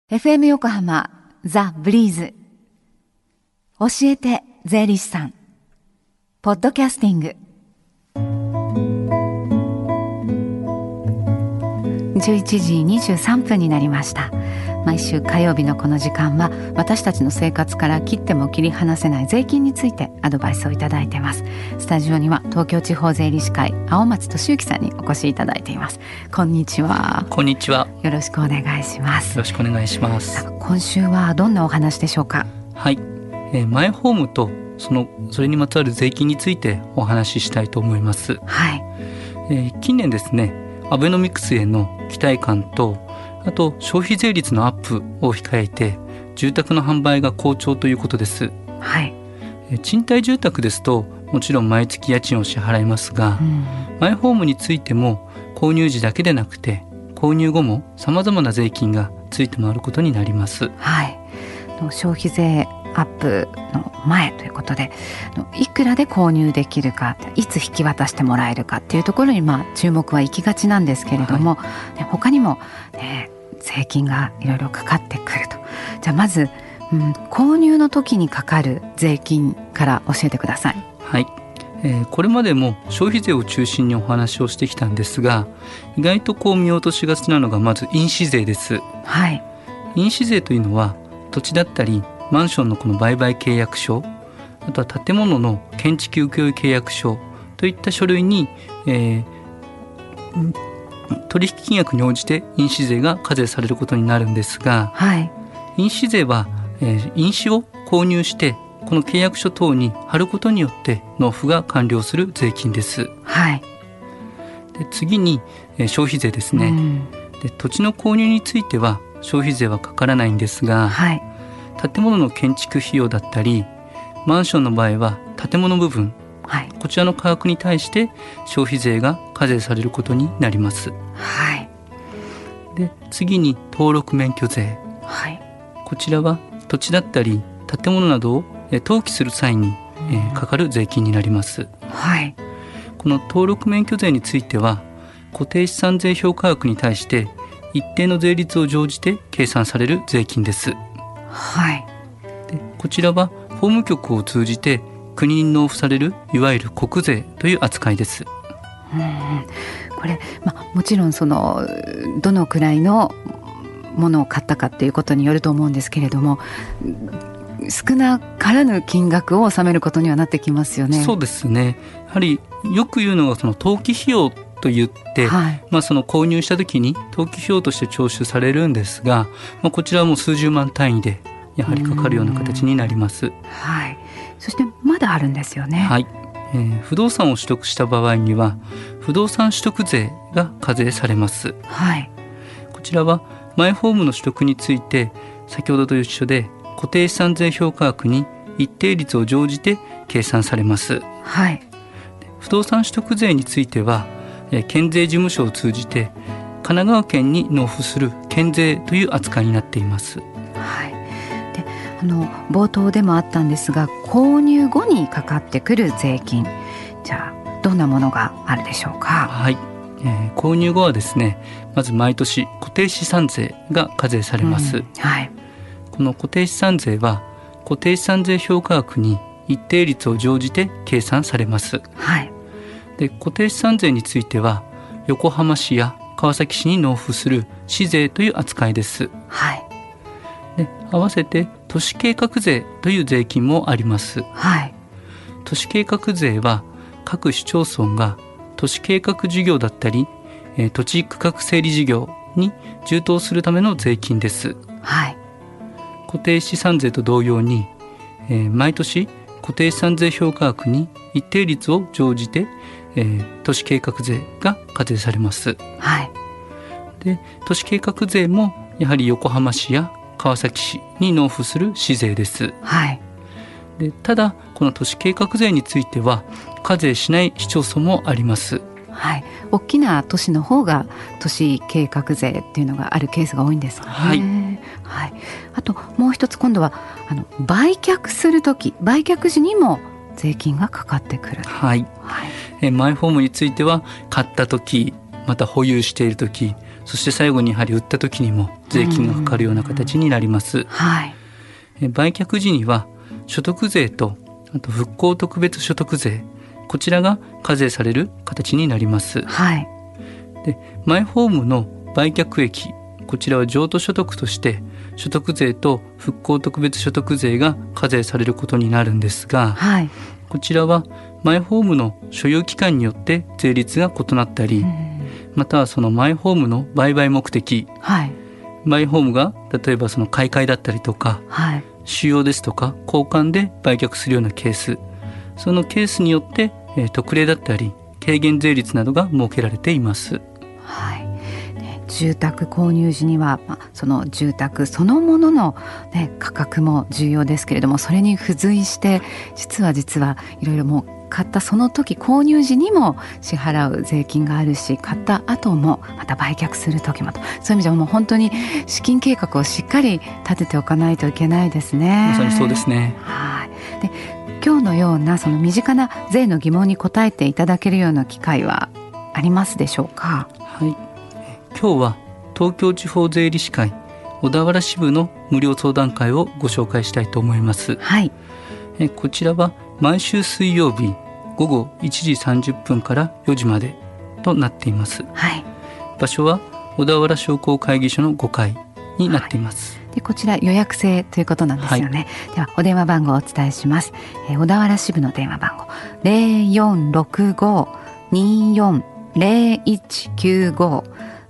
FM 横浜ザ・ブリーズ教えて税理士さんポッドキャスティング11時23分になりました。毎週火曜日のこの時間は私たちの生活から切っても切り離せない税金についてアドバイスをいただいています。スタジオには東京地方税理士会青松俊之さんにお越しいただいています。こんにちは。 こんにちは。 よろしくお願いします。 よろしくお願いします。 今週はどんなお話でしょうか？ はい、マイホームとそれにまつわる税金についてお話ししたいと思います。 はい。 近年ですね、アベノミクスへの期待感と、あと消費税率のアップを控えて住宅の販売が好調ということです。 はい。 賃貸住宅ですともちろん毎月家賃を支払いますが、マイホームについても購入時だけでなくて購入後もさまざまな税金がついて回ることになります。 はい。消費税アップの前ということで、いくらで購入できるか、いつ引き渡してもらえるかっていうところに注目は行きがちなんですけれども、はい、他にも、税金がいろいろかかってくると。じゃあまず、購入の時にかかる税金から教えてください。 はい。これまでも消費税を中心にお話をしてきたんですが、意外と見落としがちなのがまず印紙税です。 はい。 印紙税というのは土地だったりマンションのこの売買契約書、あとは建物の建築請負契約書といった書類に、取引金額に応じて印紙税が課税されることになるんですが、 はい、 印紙税は、印紙を購入してこの契約書等に貼ることによって納付が完了する税金です。 はい。 で次に、消費税ですね。で土地の購入については消費税はかからないんですが、 はい、 建物の建築費用だったりマンションの場合は建物部分、 はい、 こちらの価格に対して消費税が課税されることになります。 はい。 で次に登録免許税、 はい、 こちらは土地だったり建物などを登記する際に、かかる税金になります。 はい。 この登録免許税については固定資産税評価額に対して一定の税率を乗じて計算される税金です。 はい。 でこちらは法務局を通じて国に納付されるいわゆる国税という扱いです。 これ、もちろんどのくらいのものを買ったかっていうことによると思うんですけれども、少なからぬ金額を納めることにはなってきますよね。 そうですね。やはりよく言うのが登記費用と言って、 はい、 購入した時に登記費用として徴収されるんですが、こちらはもう数十万単位でやはりかかるような形になります。 はい。そしてまだあるんですよね。 はい。不動産を取得した場合には不動産取得税が課税されます。 はい。 こちらはマイホームの取得について先ほどと一緒で固定資産税評価額に一定率を乗じて計算されます。 はい。 不動産取得税については県税事務所を通じて神奈川県に納付する県税という扱いになっています。 はい。で、冒頭でもあったんですが、購入後にかかってくる税金、じゃあどんなものがあるでしょうか？ はい。購入後はですね、まず毎年固定資産税が課税されます。 はい。 この固定資産税は固定資産税評価額に一定率を乗じて計算されます。 はい。 で固定資産税については横浜市や川崎市に納付する市税という扱いです。 はい。 で合わせて都市計画税という税金もあります。 はい。 都市計画税は各市町村が都市計画事業だったり、土地区画整理事業に充当するための税金です。 はい。 固定資産税と同様に、毎年固定資産税評価額に一定率を乗じて、都市計画税が課税されます。 はい。 で都市計画税もやはり横浜市や川崎市に納付する市税です。 はい。 でただこの都市計画税については課税しない市町村もあります。 はい。大きな都市の方が都市計画税っていうのがあるケースが多いんですかね。 はい。 はい。あともう一つ、今度は売却するとき、売却時にも税金がかかってくる。 はい。 はい。 マイホームについては買ったとき、また保有しているとき、 そして最後にやはり売った時にも税金がかかるような形になります。 はい、 売却時には所得税とあと復興特別所得税、こちらが課税される形になります。 はい、 でマイホームの売却益、こちらは譲渡所得として所得税と復興特別所得税が課税されることになるんですが、 はい、 こちらはマイホームの所有期間によって税率が異なったり、またはそのマイホームの売買目的、 はい、 マイホームが例えばその買い替えだったりとか、 はい、 使用ですとか交換で売却するようなケース、そのケースによって、特例だったり軽減税率などが設けられています。 はい、住宅購入時には、その住宅そのものの、価格も重要ですけれども、それに付随して実はいろいろもう買ったその時購入時にも支払う税金があるし、買った後もまた売却する時もと、そういう意味ではもう本当に資金計画をしっかり立てておかないといけないですね。 まさにそうですね。 はい。で今日のようなその身近な税の疑問に答えていただけるような機会はありますでしょうか。 はい、今日は東京地方税理士会小田原支部の無料相談会をご紹介したいと思います。 はい、 こちらは毎週水曜日午後1時30分から4時までとなっています。 はい、 場所は小田原商工会議所の5階になっています。 はい、でこちら予約制ということなんですよね。はい、ではお電話番号をお伝えします。小田原支部の電話番号 0465-240195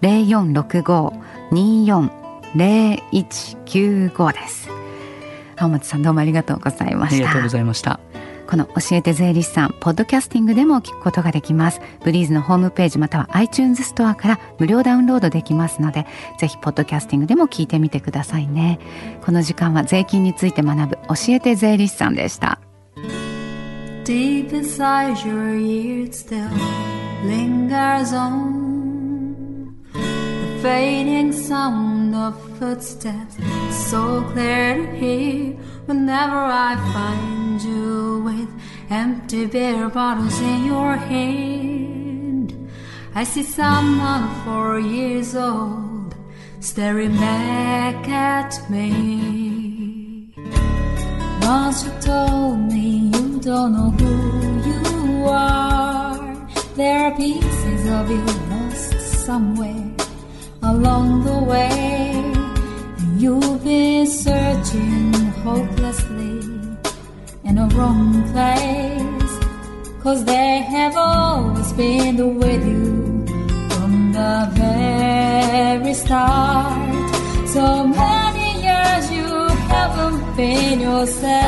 0465-240195 です。青松さん、どうもありがとうございました。 ありがとうございました。 この教えて税理士さん、ポッドキャスティングでも聞くことができます。ブリーズのホームページまたは iTunes ストアから無料ダウンロードできますので、ぜひポッドキャスティングでも聞いてみてくださいね。この時間は税金について学ぶ教えて税理士さんでした。 Deep inside your ears still lingers on the fading sound of footsteps, so clear to hear whenever I find you with empty beer bottles in your hand. I see someone 4 years old staring back at me. Once you told me you don't know who you are, there are pieces of you lost somewhere along the way. You've been searching hopelessly in a wrong place, 'cause they have always been with you from the very start. So many years you haven't been yourself.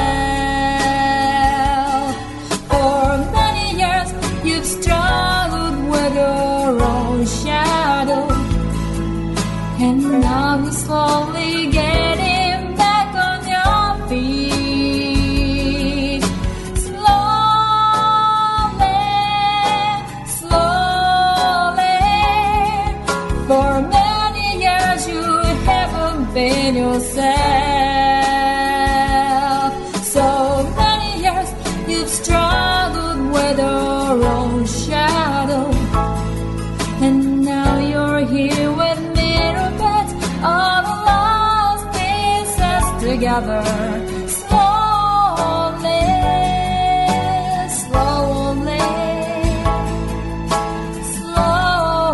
For many years you've struggled with your own shadow, and now you're slowly getting back on your feet. Slowly, slowly. For many years you haven't been yourself. So many years you've struggled with your own shadow, and now you're here with me, all the lost pieces together. Slowly, slowly,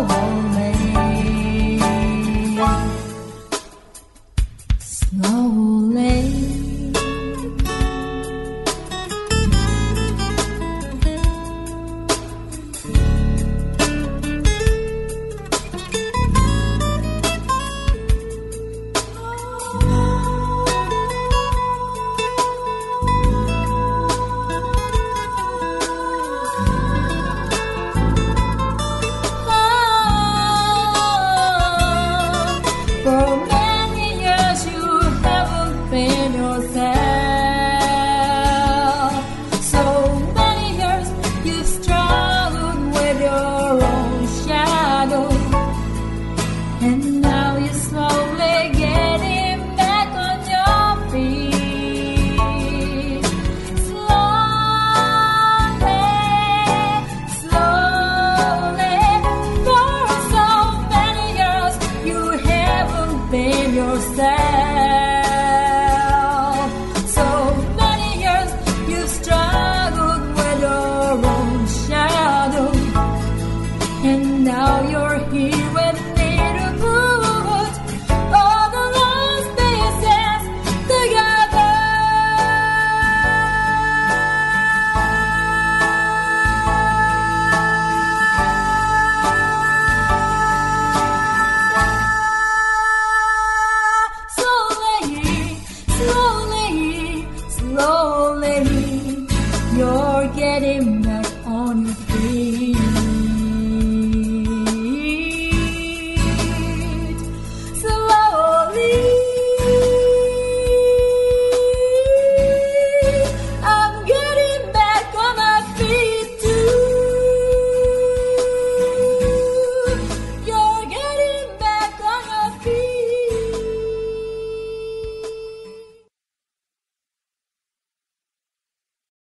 slowly, slowly.